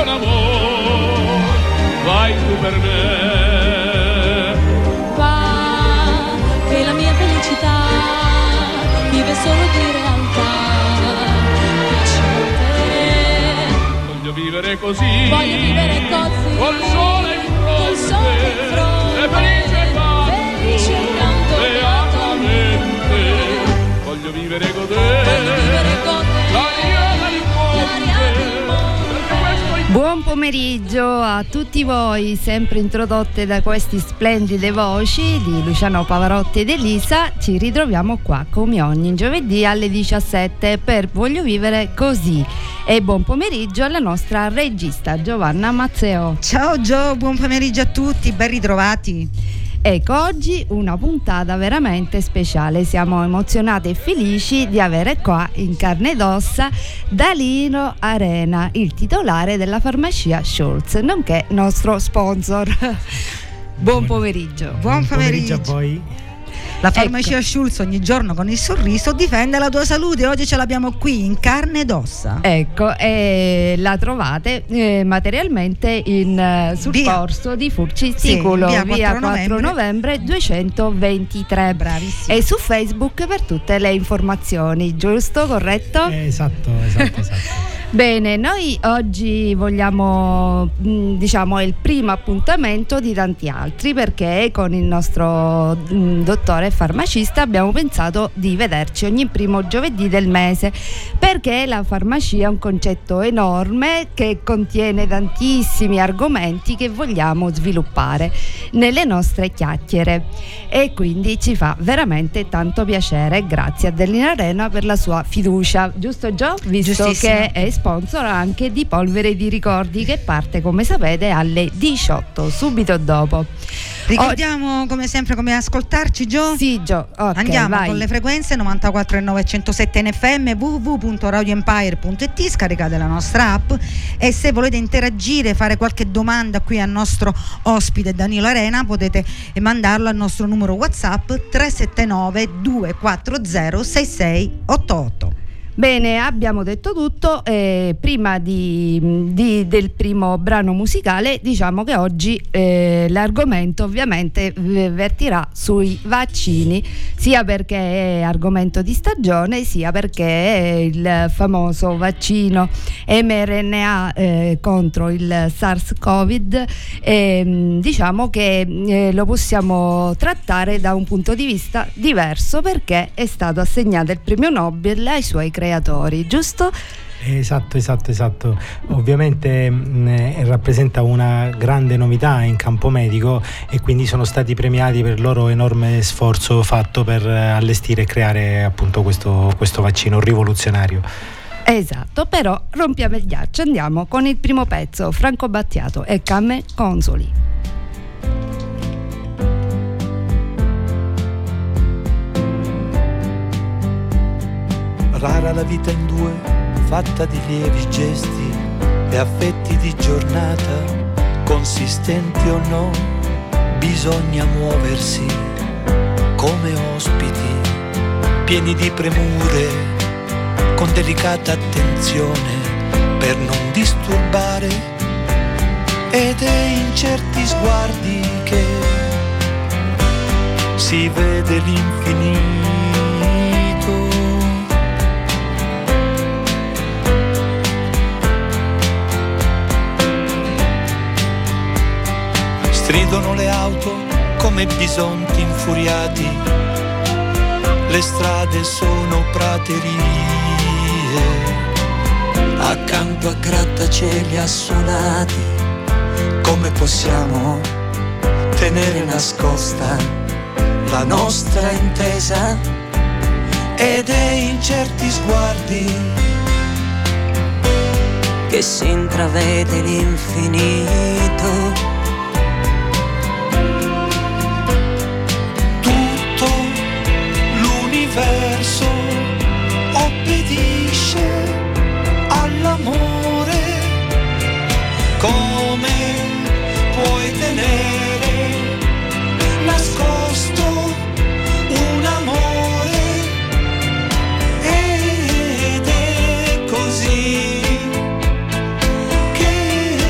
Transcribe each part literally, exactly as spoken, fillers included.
con amore, vai tu per me. Va, che la mia felicità vive solo di realtà, vicino a te. Voglio vivere così, voglio vivere così, col sole in fronte, col sole in fronte, e felice canto, felice canto beatamente. Voglio vivere con te, voglio vivere con te, l'aria del monte. Buon pomeriggio a tutti voi, sempre introdotte da queste splendide voci di Luciano Pavarotti ed Elisa. Ci ritroviamo qua come ogni giovedì alle diciassette per Voglio vivere così. E buon pomeriggio alla nostra regista Giovanna Mazzeo. Ciao Gio, buon pomeriggio a tutti, ben ritrovati. Ecco, oggi una puntata veramente speciale, siamo emozionati e felici di avere qua in carne ed ossa Danilo Arena, il titolare della farmacia Schultz, nonché nostro sponsor. Buon pomeriggio. Buon pomeriggio a voi. La farmacia ecco. Schultz ogni giorno con il sorriso difende la tua salute. Oggi ce l'abbiamo qui in carne ed ossa. Ecco, e la trovate eh, materialmente in, eh, sul via. corso di Furcisticolo, sì, via, via quattro quattro novembre duecentoventitré. Bravissimo. E su Facebook per tutte le informazioni, giusto? Corretto? Eh, esatto, esatto, esatto. Bene, noi oggi vogliamo, mh, diciamo, è il primo appuntamento di tanti altri, perché con il nostro mh, dottore farmacista abbiamo pensato di vederci ogni primo giovedì del mese, perché la farmacia è un concetto enorme che contiene tantissimi argomenti che vogliamo sviluppare nelle nostre chiacchiere, e quindi ci fa veramente tanto piacere. Grazie a Danilo Arena per la sua fiducia, giusto Gio? Visto che è sponsor anche di Polvere di Ricordi, che parte, come sapete, alle diciotto, subito dopo. Ricordiamo come sempre come ascoltarci, Gio? Sì, Gio. Okay, andiamo vai. con le frequenze novantaquattro e nove e centosette in F M, w w w punto radio empire punto it, scaricate la nostra app, e se volete interagire, fare qualche domanda qui al nostro ospite Danilo Arena, potete mandarlo al nostro numero WhatsApp tre sette nove due quattro zero sei sei otto otto. Bene, abbiamo detto tutto. Eh, prima di, di, del primo brano musicale, diciamo che oggi eh, l'argomento ovviamente vertirà sui vaccini, sia perché è argomento di stagione, sia perché è il famoso vaccino mRNA eh, contro il SARS-CoV. Eh, diciamo che eh, lo possiamo trattare da un punto di vista diverso, perché è stato assegnato il premio Nobel ai suoi creatori. creatori, giusto? Esatto, esatto, esatto. Ovviamente mh, rappresenta una grande novità in campo medico, e quindi sono stati premiati per il loro enorme sforzo fatto per allestire e creare appunto questo, questo vaccino rivoluzionario. Esatto, però rompiamo il ghiaccio, andiamo con il primo pezzo, Franco Battiato e Camme Consoli. Rara la vita in due, fatta di lievi gesti e affetti di giornata, consistenti o no, bisogna muoversi come ospiti, pieni di premure, con delicata attenzione per non disturbare, ed è in certi sguardi che si vede l'infinito. Stridono le auto come bisonti infuriati, le strade sono praterie, accanto a grattacieli assolati. Come possiamo tenere nascosta la nostra intesa? Ed è in certi sguardi che si intravede l'infinito. L'universo obbedisce all'amore. Come puoi tenere nascosto un amore? Ed è così che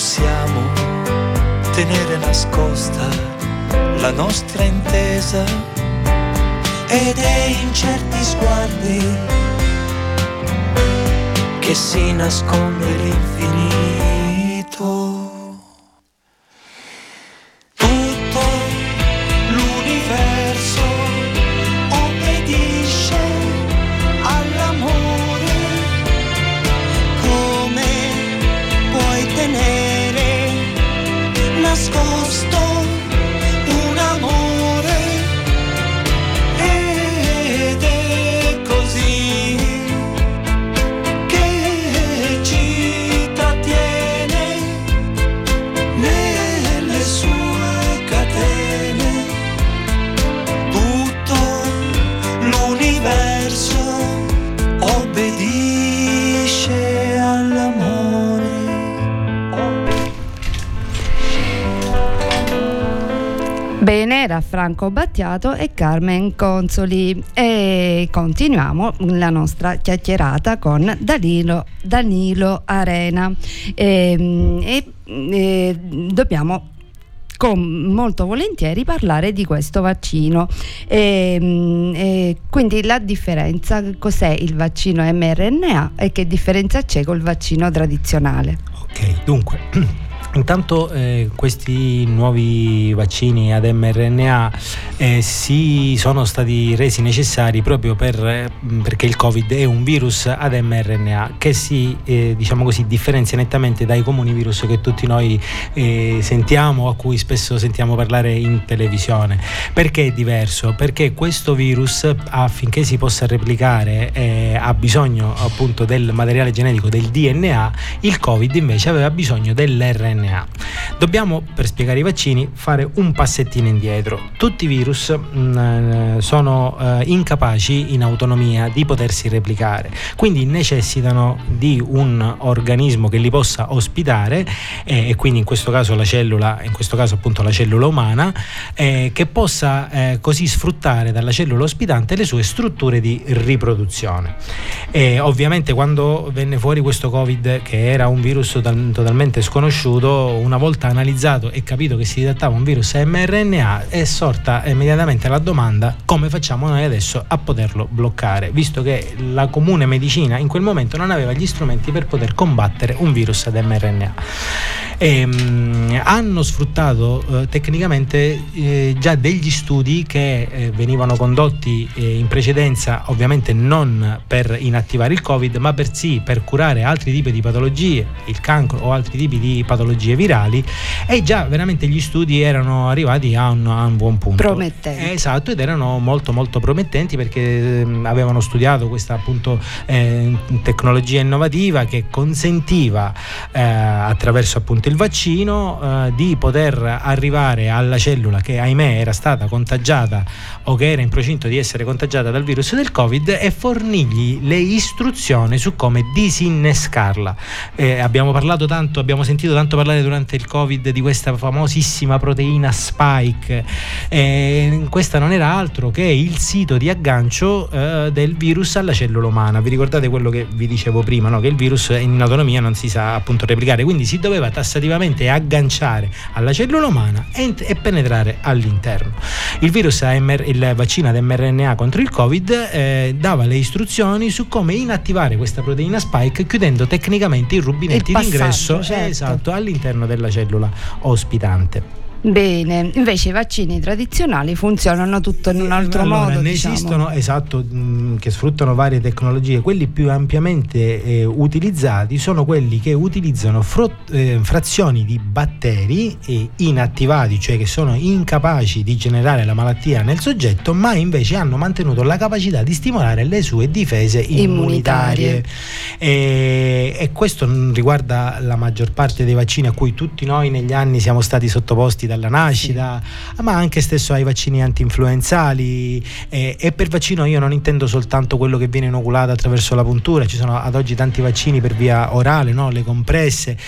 possiamo tenere nascosta la nostra intesa, ed è in certi sguardi che si nasconde l'infinito. Tutto l'universo obbedisce all'amore. Come puoi tenere nascosto un amore? Ed è così che ci trattiene nelle sue catene. Tutto l'universo obbedisce all'amore. Bene, era Franco Battiato e Carmen Consoli, e continuiamo la nostra chiacchierata con Danilo, Danilo Arena e, e, e dobbiamo con molto volentieri parlare di questo vaccino. E, e quindi la differenza, cos'è il vaccino mRNA e che differenza c'è col vaccino tradizionale? Ok, dunque intanto eh, questi nuovi vaccini ad mRNA eh, si sono stati resi necessari proprio per, eh, perché il Covid è un virus ad mRNA che si eh, diciamo così differenzia nettamente dai comuni virus che tutti noi eh, sentiamo, a cui spesso sentiamo parlare in televisione. Perché è diverso? Perché questo virus, affinché si possa replicare, eh, ha bisogno appunto del materiale genetico del D N A. Il Covid invece aveva bisogno dell'R N A. Dobbiamo, per spiegare i vaccini, fare un passettino indietro. Tutti i virus mh, sono eh, incapaci in autonomia di potersi replicare, quindi necessitano di un organismo che li possa ospitare, eh, e quindi in questo caso la cellula, in questo caso appunto la cellula umana, eh, che possa eh, così sfruttare dalla cellula ospitante le sue strutture di riproduzione. E ovviamente quando venne fuori questo Covid, che era un virus total- totalmente sconosciuto, una volta analizzato e capito che si trattava un virus mRNA, è sorta immediatamente la domanda: come facciamo noi adesso a poterlo bloccare, visto che la comune medicina in quel momento non aveva gli strumenti per poter combattere un virus ad mRNA. E, mh, hanno sfruttato eh, tecnicamente eh, già degli studi che eh, venivano condotti eh, in precedenza, ovviamente non per inattivare il Covid, ma per sì per curare altri tipi di patologie, il cancro o altri tipi di patologie virali, e già veramente gli studi erano arrivati a un, a un buon punto. Promettenti. Esatto, ed erano molto molto promettenti, perché eh, avevano studiato questa appunto eh, tecnologia innovativa che consentiva eh, attraverso appunto il vaccino eh, di poter arrivare alla cellula che ahimè era stata contagiata o che era in procinto di essere contagiata dal virus del Covid, e fornirgli le istruzioni su come disinnescarla. Eh, abbiamo parlato tanto, abbiamo sentito tanto parlare durante il Covid di questa famosissima proteina spike. Eh, questa non era altro che il sito di aggancio eh, del virus alla cellula umana. Vi ricordate quello che vi dicevo prima, no? Che il virus in autonomia non si sa appunto replicare, quindi si doveva tassativamente agganciare alla cellula umana e, e penetrare all'interno. Il virus A M R, il vaccino ad mRNA contro il Covid eh, dava le istruzioni su come inattivare questa proteina spike, chiudendo tecnicamente i rubinetti Il d'ingresso, passaggio, certo. esatto, all'interno della cellula ospitante. Bene, invece i vaccini tradizionali funzionano tutto in un altro allora, modo. ne diciamo. esistono, esatto, mh, che sfruttano varie tecnologie. Quelli più ampiamente eh, utilizzati sono quelli che utilizzano fro- eh, frazioni di batteri eh, inattivati, cioè che sono incapaci di generare la malattia nel soggetto, ma invece hanno mantenuto la capacità di stimolare le sue difese immunitarie. Immunitarie. E, e questo riguarda la maggior parte dei vaccini a cui tutti noi negli anni siamo stati sottoposti ragazzi dalla nascita, sì. ma anche stesso ai vaccini anti-influenzali, e, e per vaccino io non intendo soltanto quello che viene inoculato attraverso la puntura, ci sono ad oggi tanti vaccini per via orale, no? Le compresse,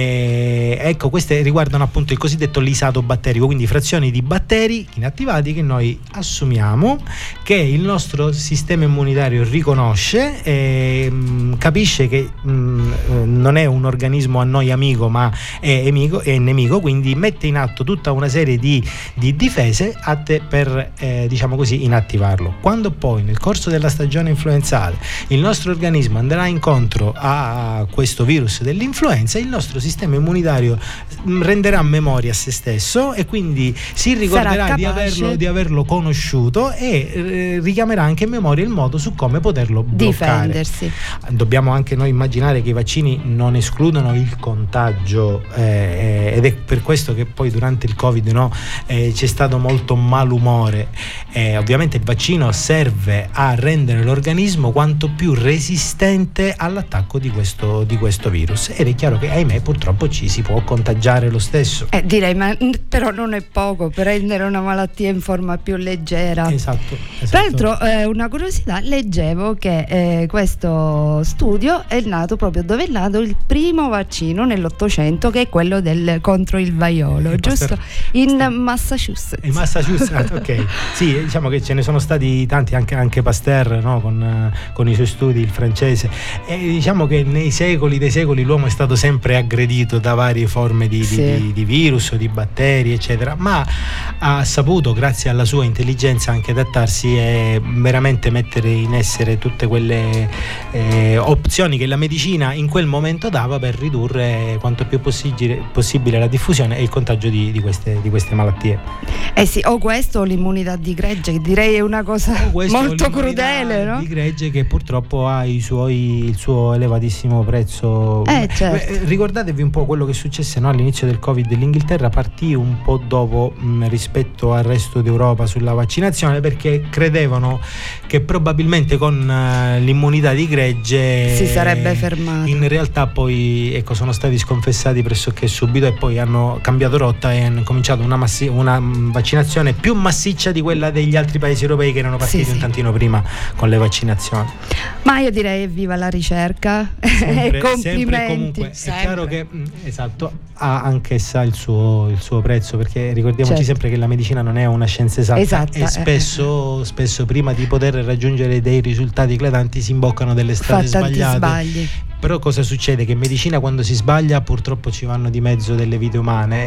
e, ecco, queste riguardano appunto il cosiddetto lisato batterico, quindi frazioni di batteri inattivati che noi assumiamo, che il nostro sistema immunitario riconosce e mh, capisce che mh, non è un organismo a noi amico ma è nemico, è nemico, quindi mette in atto tutta una serie di, di difese atte per eh, diciamo così inattivarlo. Quando poi nel corso della stagione influenzale il nostro organismo andrà incontro a questo virus dell'influenza, il nostro sistema immunitario renderà memoria a se stesso e quindi si ricorderà di averlo, di averlo conosciuto e eh, richiamerà anche in memoria il modo su come poterlo bloccare. Difendersi. Dobbiamo anche noi immaginare che i vaccini non escludono il contagio, eh, ed è per questo che poi durante il Covid, no, eh, c'è stato molto malumore. Eh, ovviamente il vaccino serve a rendere l'organismo quanto più resistente all'attacco di questo, di questo virus, ed è chiaro che ahimè purtroppo ci si può contagiare lo stesso. Eh, direi, ma però non è poco per rendere una malattia in forma più leggera. Esatto, esatto. Tra l'altro, eh, una curiosità, leggevo che eh, questo studio è nato proprio dove è nato il primo vaccino nell'Ottocento, che è quello del, contro il vaiolo, il giusto? Pasteur, in Pasteur. Massachusetts. In Massachusetts, ok. Sì, diciamo che ce ne sono stati tanti, anche, anche Pasteur, no? con, con i suoi studi, il francese. E diciamo che nei secoli dei secoli l'uomo è stato sempre aggredito da varie forme di, sì. di, di, di virus o di batteri, eccetera, ma ha saputo, grazie alla sua intelligenza, anche adattarsi e veramente mettere in essere tutte quelle eh, opzioni che la medicina in quel momento dava per ridurre quanto più possibile, possibile la diffusione e il contagio di, di, queste, di queste malattie. Eh sì, o questo o l'immunità di gregge, che direi è una cosa molto crudele, no? Di gregge, che purtroppo ha i suoi, il suo elevatissimo prezzo. Eh, certo. Beh, ricordatevi un po' quello che successe, no? All'inizio del Covid. L'Inghilterra partì un po' dopo mh, rispetto al resto d'Europa sulla vaccinazione, perché credevano che probabilmente con uh, l'immunità di gregge si sarebbe fermato. In realtà poi, ecco, sono stati sconfessati pressoché subito e poi hanno cambiato rotta e hanno cominciato una, massi- una vaccinazione più massiccia di quella degli altri paesi europei che erano partiti sì, un tantino sì. prima con le vaccinazioni. Ma io direi viva la ricerca sempre, e complimenti. Sempre comunque sempre. È chiaro che esatto, ha anch'essa il suo, il suo prezzo, perché ricordiamoci certo. sempre che la medicina non è una scienza esatta, esatta e spesso, eh. spesso prima di poter raggiungere dei risultati eclatanti si imboccano delle strade Fa tanti sbagliate. Sbagli. Però cosa succede? Che in medicina, quando si sbaglia, purtroppo ci vanno di mezzo delle vite umane,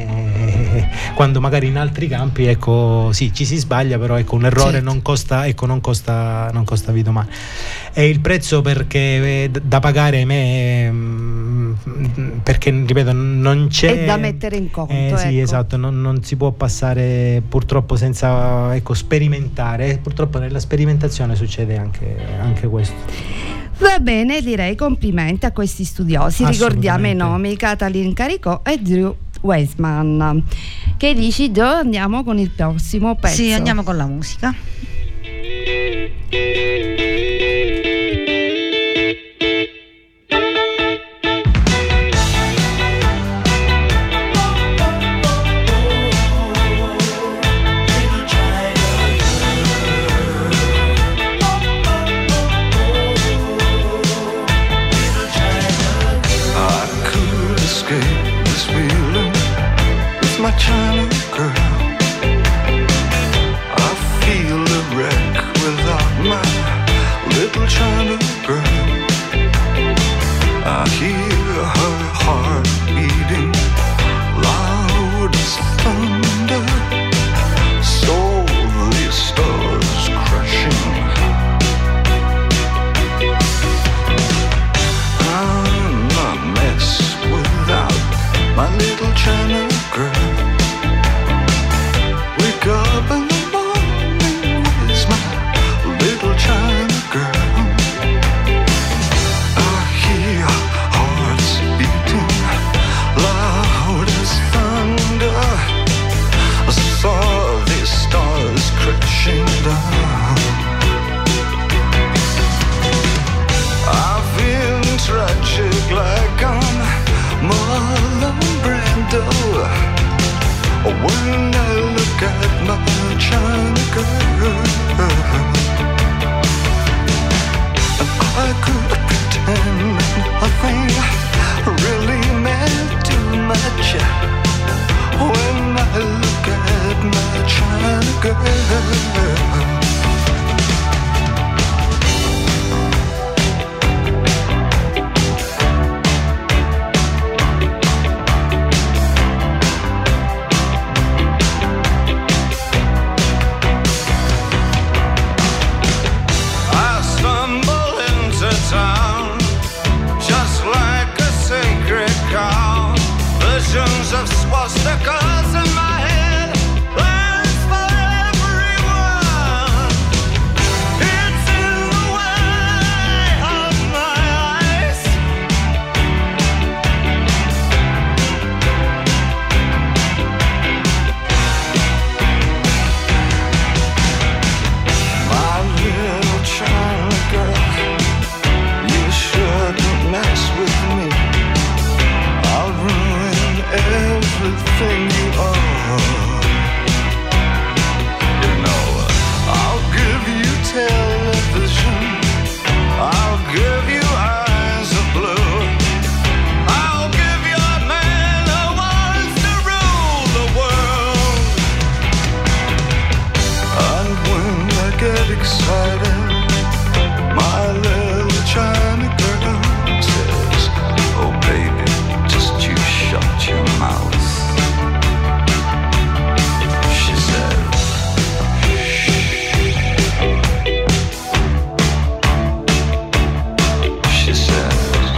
e quando magari in altri campi, ecco, sì, ci si sbaglia, però ecco, un errore certo. non costa, ecco, non costa, non costa vite umane. E il prezzo perché da pagare, ahimè, perché ripeto, non c'è, è da mettere in conto. Eh, sì, ecco. esatto, non, non si può passare purtroppo senza, ecco, sperimentare. Purtroppo nella sperimentazione succede anche, anche questo. Va bene, direi complimenti a questi studiosi. Ricordiamo i nomi: Katalin Caricò e Drew Weissman. Che dici, Gio? Andiamo con il prossimo pezzo. Sì, andiamo con la musica. My China girl, I feel a wreck without my little China girl. I hear her heart beating loud as thunder, slowly stars crashing. I'm a mess without my little China girl. Wake up in the morning with my little China girl. when I look at my China girl. And I could pretend nothing really meant too much when I look at my China girl. Visions of swastikas in my head, plans for everyone. It's in the way of my eyes. My little China girl, you shouldn't mess with me. I'll ruin everything you are. You know, I'll give you television, I'll give you eyes of blue, I'll give you a man who wants to rule the world. And when I get excited, my little China girl says, oh baby, just you shut your mouth. She said, she said,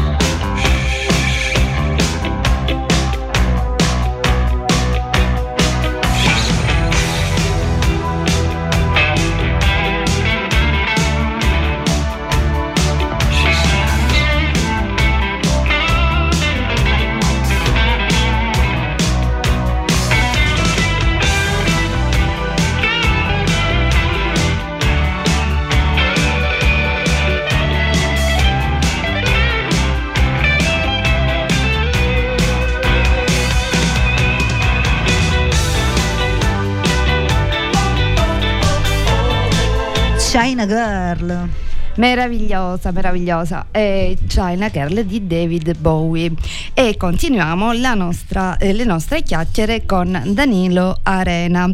China Girl. Meravigliosa, meravigliosa. È China Girl di David Bowie. E continuiamo la nostra, eh, le nostre chiacchiere con Danilo Arena.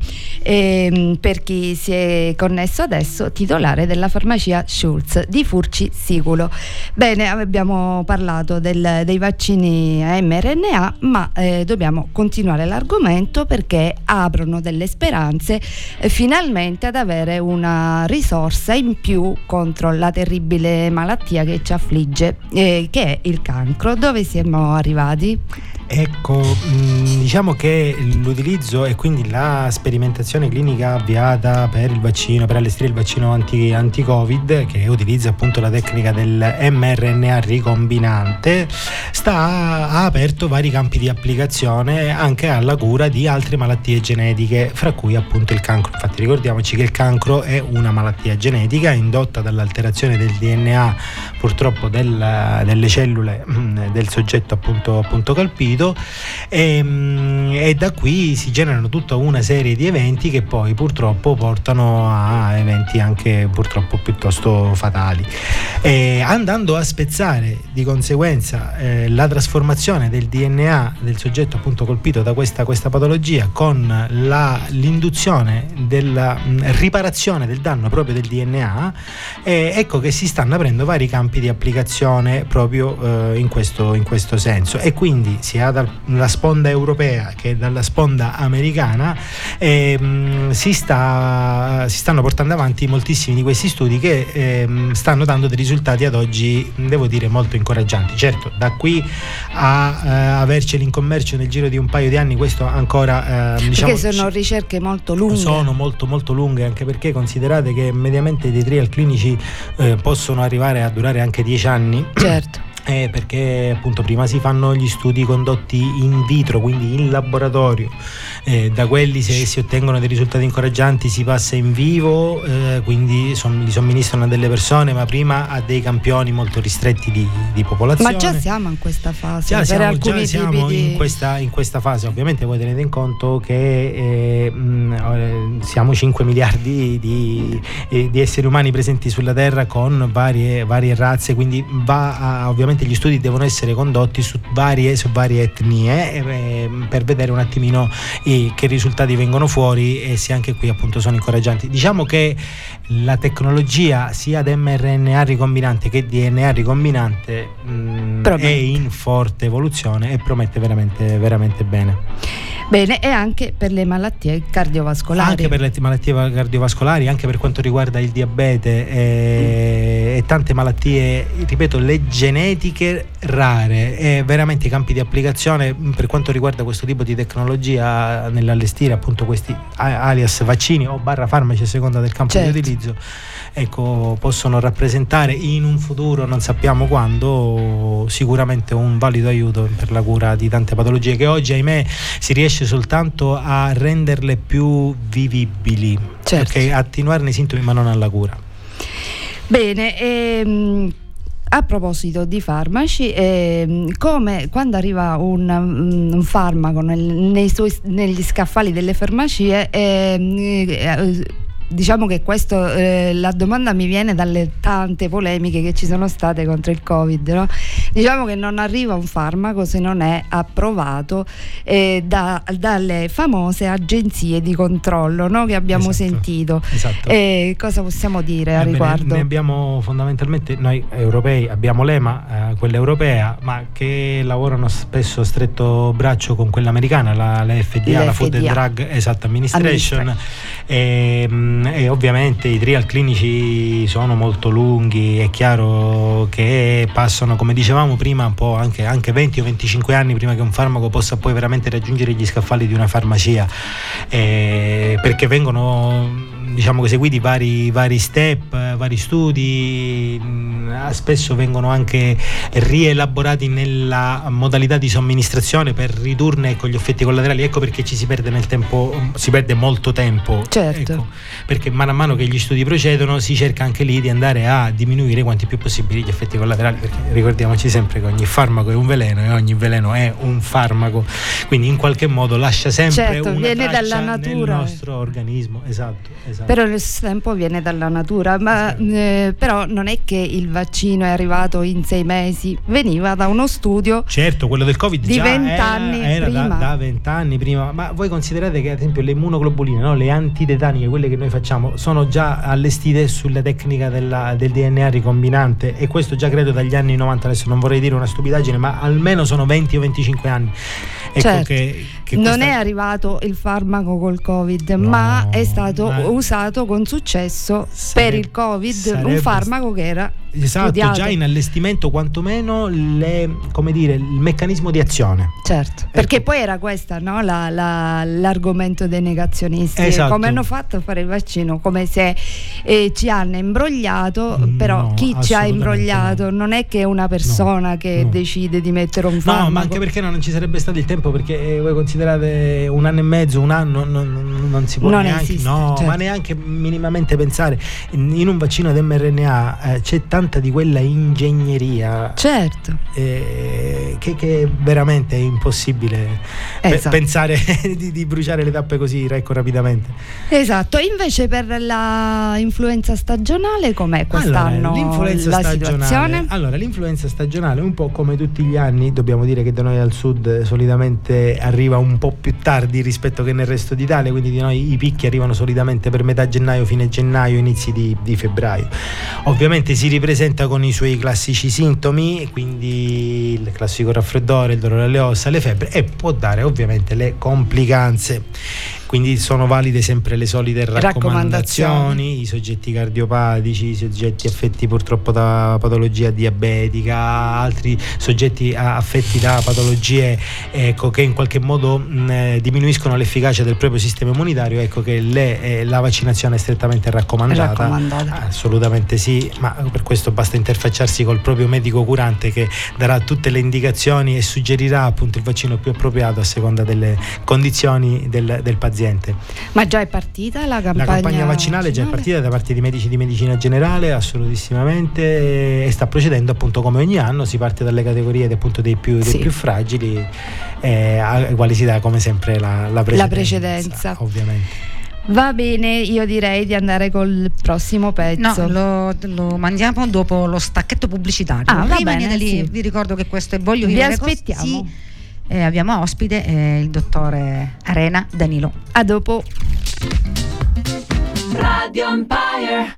E, per chi si è connesso adesso, titolare della farmacia Schulz di Furci Siculo. Bene, abbiamo parlato del, dei vaccini a mRNA, ma eh, dobbiamo continuare l'argomento perché aprono delle speranze eh, finalmente ad avere una risorsa in più contro la terribile malattia che ci affligge, eh, che è il cancro. Dove siamo arrivati? Ecco, mh, diciamo che l'utilizzo e quindi la sperimentazione clinica avviata per il vaccino, per allestire il vaccino anti, anti-Covid, che utilizza appunto la tecnica del mRNA ricombinante, sta, ha aperto vari campi di applicazione anche alla cura di altre malattie genetiche, fra cui appunto il cancro. Infatti ricordiamoci che il cancro è una malattia genetica indotta dall'alterazione del D N A, purtroppo del, delle cellule mh, del soggetto appunto, appunto colpito. E, e da qui si generano tutta una serie di eventi che poi purtroppo portano a eventi anche purtroppo piuttosto fatali, e andando a spezzare di conseguenza eh, la trasformazione del D N A del soggetto appunto colpito da questa, questa patologia con la, l'induzione della mh, riparazione del danno proprio del D N A. E ecco che si stanno aprendo vari campi di applicazione proprio eh, in questo, in questo senso, e quindi sia dalla sponda europea che dalla sponda americana ehm, si, sta, si stanno portando avanti moltissimi di questi studi che ehm, stanno dando dei risultati ad oggi, devo dire, molto incoraggianti. Certo, da qui a eh, averceli in commercio nel giro di un paio di anni, questo ancora eh, diciamo, perché sono ricerche molto lunghe. Sono molto molto lunghe, anche perché considerate che mediamente dei trial clinici eh, possono arrivare a durare anche dieci anni. Certo. Eh, perché appunto prima si fanno gli studi condotti in vitro, quindi in laboratorio, eh, da quelli se si ottengono dei risultati incoraggianti si passa in vivo, eh, quindi son, li somministrano a delle persone, ma prima a dei campioni molto ristretti di, di popolazione. Ma già siamo in questa fase, già per siamo, alcuni già siamo tipi di... in, questa, in questa fase. Ovviamente voi tenete in conto che eh, mh, siamo cinque miliardi di, eh, di esseri umani presenti sulla Terra con varie, varie razze, quindi va a, ovviamente gli studi devono essere condotti su varie, su varie etnie eh, per vedere un attimino eh, che risultati vengono fuori e se anche qui appunto sono incoraggianti. Diciamo che la tecnologia sia di mRNA ricombinante che di D N A ricombinante mh, è in forte evoluzione e promette veramente, veramente bene. Bene, e anche per le malattie cardiovascolari. Anche per le malattie cardiovascolari, anche per quanto riguarda il diabete e, e tante malattie, ripeto, le genetiche rare e veramente i campi di applicazione per quanto riguarda questo tipo di tecnologia nell'allestire appunto questi alias vaccini o barra farmaci a seconda del campo certo. di utilizzo, ecco, possono rappresentare in un futuro, non sappiamo quando, sicuramente un valido aiuto per la cura di tante patologie che oggi ahimè si riesce soltanto a renderle più vivibili, certo. okay? Attenuarne i sintomi ma non alla cura. Bene, ehm, a proposito di farmaci, ehm, come quando arriva un, un farmaco nel, nei suoi, negli scaffali delle farmacie, ehm, eh, diciamo che questo eh, la domanda mi viene dalle tante polemiche che ci sono state contro il Covid, no? Diciamo che non arriva un farmaco se non è approvato eh, da, dalle famose agenzie di controllo, no? Che abbiamo esatto, sentito. Esatto. Eh, cosa possiamo dire a Ebbene, riguardo? Ne abbiamo fondamentalmente noi europei, abbiamo l'EMA, eh, quella europea, ma che lavorano spesso a stretto braccio con quella americana, la, la F D A, la Food and Drug esatto, Administration. E, e ovviamente i trial clinici sono molto lunghi, è chiaro che passano, come dicevamo prima, un po' anche, anche venti o venticinque anni prima che un farmaco possa poi veramente raggiungere gli scaffali di una farmacia, eh, perché vengono, diciamo che seguiti vari, vari step, vari studi, mh, spesso vengono anche rielaborati nella modalità di somministrazione per ridurne con gli effetti collaterali. Ecco perché ci si perde nel tempo, si perde molto tempo, certo. Ecco, perché man mano che gli studi procedono si cerca anche lì di andare a diminuire quanti più possibili gli effetti collaterali, perché ricordiamoci sempre che ogni farmaco è un veleno e ogni veleno è un farmaco, quindi in qualche modo lascia sempre certo, una viene traccia dalla natura, nel nostro organismo. Esatto, esatto. Però nel tempo viene dalla natura, ma eh, però non è che il vaccino è arrivato in sei mesi, veniva da uno studio, certo, quello del Covid di già vent'anni era, era prima. da vent'anni prima, ma voi considerate che ad esempio le immunoglobuline, no? Le antitetaniche, quelle che noi facciamo, sono già allestite sulla tecnica della, del D N A ricombinante, e questo già credo dagli anni novanta, adesso non vorrei dire una stupidaggine, ma almeno sono venti o venticinque anni. Ecco, certo. che, che non questa... è arrivato il farmaco col Covid, No, ma è stato ma... usato con successo Sarebbe, per il Covid, sarebbe... un farmaco che era esatto, studiato. già in allestimento quantomeno le, come dire, il meccanismo di azione. Certo, ecco. Perché poi era questa, no? la, la, l'argomento dei negazionisti, esatto. Come hanno fatto a fare il vaccino, come se eh, ci hanno imbrogliato, però no, chi ci ha imbrogliato no. non è che è una persona no, che no. decide di mettere un farmaco. No, ma anche perché non ci sarebbe stato il tempo, perché eh, voi considerate un anno e mezzo, un anno non, non, non si può non neanche esiste, no, certo. ma neanche minimamente pensare in, in un vaccino di mRNA eh, c'è tanta di quella ingegneria, certo, eh, che, che veramente è impossibile esatto. pe- pensare di, di bruciare le tappe così, ecco, rapidamente. Esatto. Invece per la influenza stagionale com'è quest'anno? Allora, l'influenza la stagionale, situazione? allora l'influenza stagionale un po' come tutti gli anni, dobbiamo dire che da noi al sud solitamente arriva un po' più tardi rispetto che nel resto d'Italia, quindi di noi i picchi arrivano solitamente per metà gennaio, fine gennaio, inizi di, di febbraio. Ovviamente si ripresenta con i suoi classici sintomi, quindi il classico raffreddore, il dolore alle ossa, le febbri, e può dare ovviamente le complicanze. quindi sono valide sempre le solite raccomandazioni, Raccomandazioni. i soggetti cardiopatici, i soggetti affetti purtroppo da patologia diabetica, altri soggetti affetti da patologie, ecco, che in qualche modo mh, diminuiscono l'efficacia del proprio sistema immunitario, ecco che le, eh, la vaccinazione è strettamente raccomandata. Raccomandata. Assolutamente sì, ma per questo basta interfacciarsi col proprio medico curante che darà tutte le indicazioni e suggerirà appunto il vaccino più appropriato a seconda delle condizioni del, del paziente. Ma già è partita la campagna, La campagna vaccinale è già è partita da parte di medici di medicina generale, assolutissimamente, e sta procedendo appunto come ogni anno. Si parte dalle categorie appunto dei più, dei Sì. più fragili, eh, ai quali si dà come sempre la, la precedenza, La precedenza. ovviamente. Va bene, io direi di andare col prossimo pezzo. No, lo, lo mandiamo dopo lo stacchetto pubblicitario. Ah, va Prima bene, di lì, sì. vi ricordo che questo è Voglio Vi vivere aspettiamo. così. Eh, abbiamo ospite eh, il dottore Arena Danilo. A dopo. Radio Empire.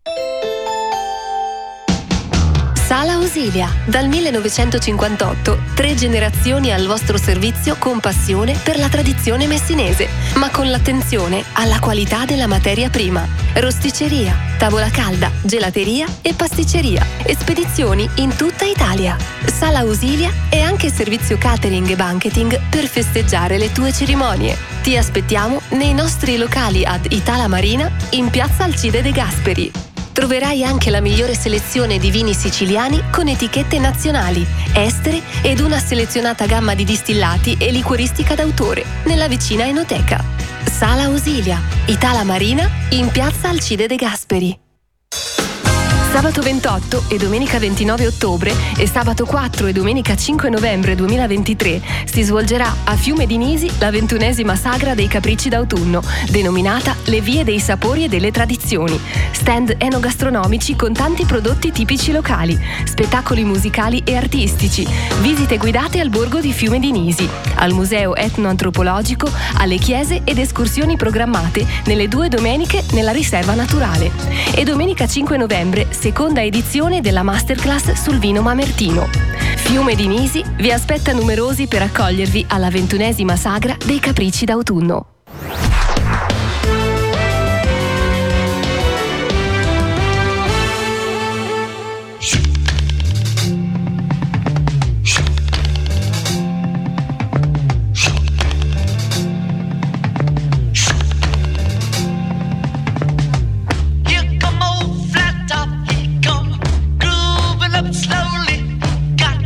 Sala Ausilia, dal millenovecentocinquantotto, tre generazioni al vostro servizio con passione per la tradizione messinese, ma con l'attenzione alla qualità della materia prima. Rosticceria, tavola calda, gelateria e pasticceria e spedizioni in tutta Italia. Sala Ausilia è anche servizio catering e banqueting per festeggiare le tue cerimonie. Ti aspettiamo nei nostri locali ad Itala Marina in piazza Alcide De Gasperi. Troverai anche la migliore selezione di vini siciliani con etichette nazionali, estere ed una selezionata gamma di distillati e liquoristica d'autore nella vicina enoteca. Sala Ausilia, Itala Marina, in piazza Alcide De Gasperi. Sabato ventotto e domenica ventinove ottobre e sabato quattro e domenica cinque novembre duemilaventitré si svolgerà a Fiume di Nisi la ventunesima sagra dei capricci d'autunno, denominata Le vie dei sapori e delle tradizioni. Stand enogastronomici con tanti prodotti tipici locali, spettacoli musicali e artistici, visite guidate al borgo di Fiume di Nisi, al museo etnoantropologico, alle chiese ed escursioni programmate nelle due domeniche nella riserva naturale. E domenica cinque novembre seconda edizione della masterclass sul vino mamertino. Fiume di Nisi vi aspetta numerosi per accogliervi alla ventunesima sagra dei capricci d'autunno.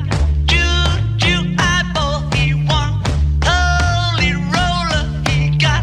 Slowly, got juju eyeball. He won, holy roller. He got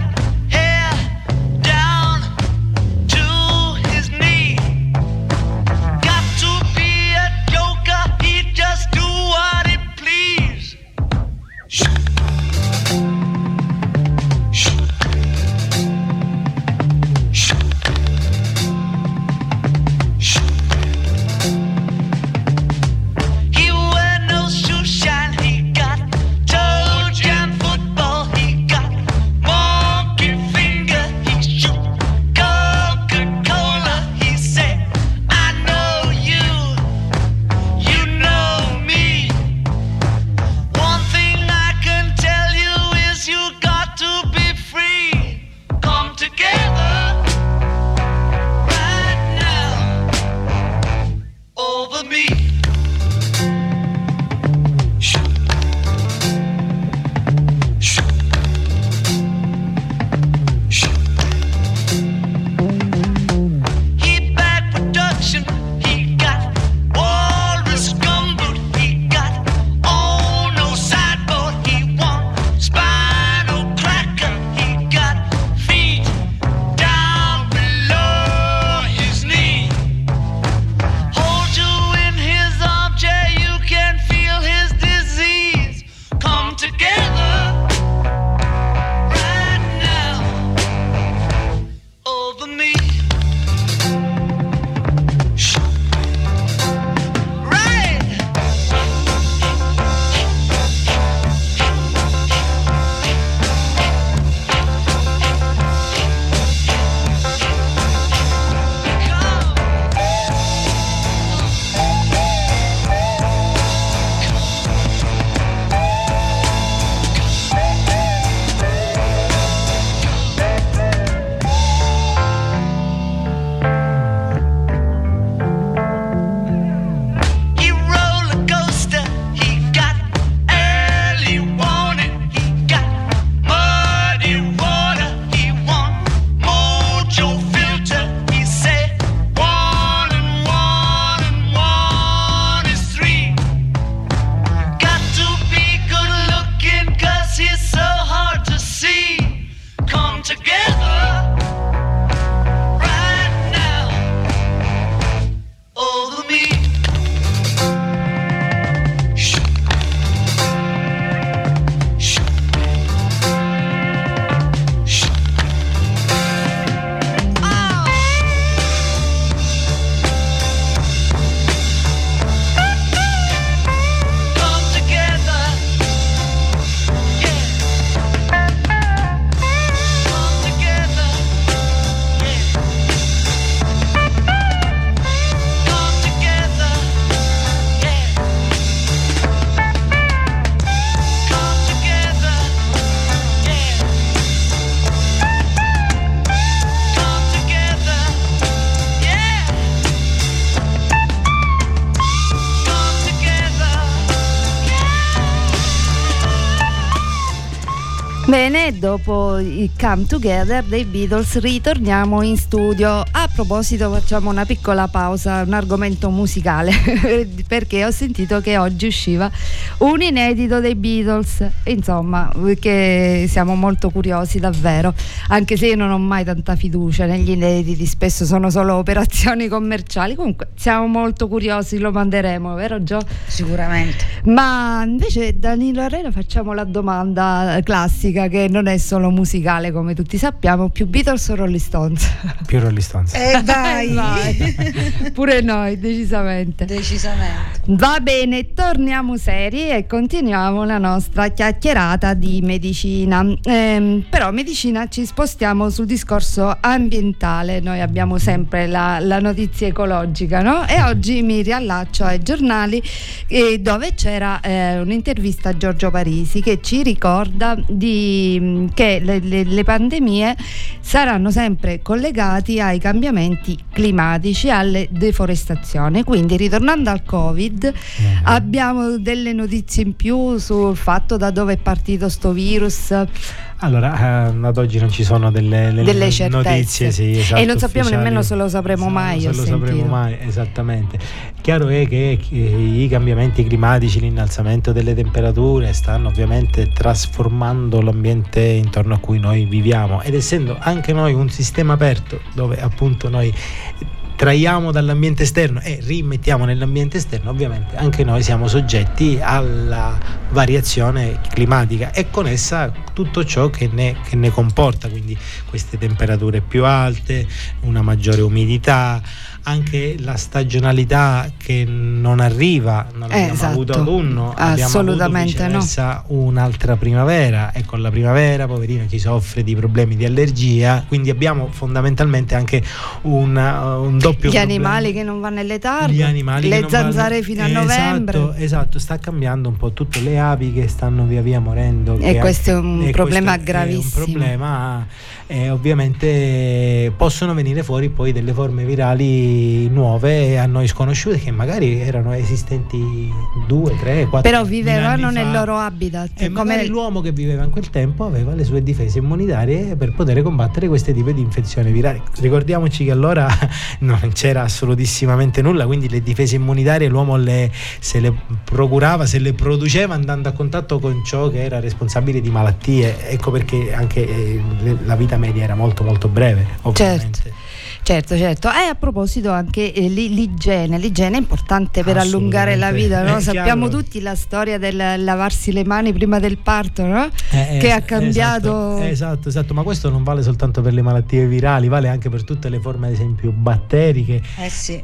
Bene, dopo i Come Together dei Beatles ritorniamo in studio. A proposito, facciamo una piccola pausa, un argomento musicale perché ho sentito che oggi usciva un inedito dei Beatles, insomma, che siamo molto curiosi davvero, anche se io non ho mai tanta fiducia negli inediti, spesso sono solo operazioni commerciali. Comunque siamo molto curiosi, lo manderemo, vero Gio? Sicuramente. Ma invece Danilo Arena, facciamo la domanda classica che non è solo musicale, come tutti sappiamo: più Beatles o Rolling Stones? Più Rolling Stones. E vai. Vai. Pure noi, decisamente. Decisamente. Va bene, torniamo seri e continuiamo la nostra chiacchierata di medicina. Ehm, però medicina ci spostiamo sul discorso ambientale. Noi abbiamo sempre la, la notizia ecologica, no? E oggi mi riallaccio ai giornali eh, dove c'era eh, un'intervista a Giorgio Parisi che ci ricorda di che le, le, le pandemie saranno sempre collegati ai cambiamenti climatici, alle deforestazioni. Quindi, ritornando al Covid, mm-hmm. abbiamo delle notizie in più sul fatto da dove è partito sto virus. Allora, eh, ad oggi non ci sono delle, delle, delle certezze, notizie, sì, esatto, e non sappiamo ufficiali. nemmeno se lo sapremo mai. Se ho lo sentito. sapremo mai, esattamente. Chiaro è che, che i cambiamenti climatici, l'innalzamento delle temperature stanno ovviamente trasformando l'ambiente intorno a cui noi viviamo, ed essendo anche noi un sistema aperto dove appunto noi traiamo dall'ambiente esterno e rimettiamo nell'ambiente esterno, ovviamente anche noi siamo soggetti alla variazione climatica e con essa tutto ciò che ne, che ne comporta, quindi queste temperature più alte, una maggiore umidità, anche la stagionalità che non arriva, non eh, abbiamo esatto. avuto autunno, assolutamente abbiamo avuto viceversa no. un'altra primavera, e con la primavera, poverino, chi soffre di problemi di allergia, quindi abbiamo fondamentalmente anche un, un doppio gli problema. Animali che non vanno in letargo, Gli animali le che non zanzare vanno... fino a esatto, novembre. Esatto, sta cambiando un po' tutto, le api che stanno via via morendo, e questo anche, è un e problema questo gravissimo. È un problema, e ovviamente possono venire fuori poi delle forme virali nuove a noi sconosciute, che magari erano esistenti due, tre, quattro però vivevano nel fa. loro habitat, e come magari l'uomo che viveva in quel tempo aveva le sue difese immunitarie per poter combattere questi tipi di infezioni virali. Ricordiamoci che allora non c'era assolutissimamente nulla, quindi le difese immunitarie l'uomo le, se le procurava, se le produceva andando a contatto con ciò che era responsabile di malattie. Ecco perché anche eh, la vita media era molto molto breve, ovviamente. Certo. Certo, certo. E a proposito anche eh, l'igiene, l'igiene è importante per allungare la vita, no? È Sappiamo chiaro. tutti la storia del lavarsi le mani prima del parto, no? Eh, che eh, ha cambiato. Esatto, esatto, esatto, ma questo non vale soltanto per le malattie virali, vale anche per tutte le forme, ad esempio, batteriche. Eh sì.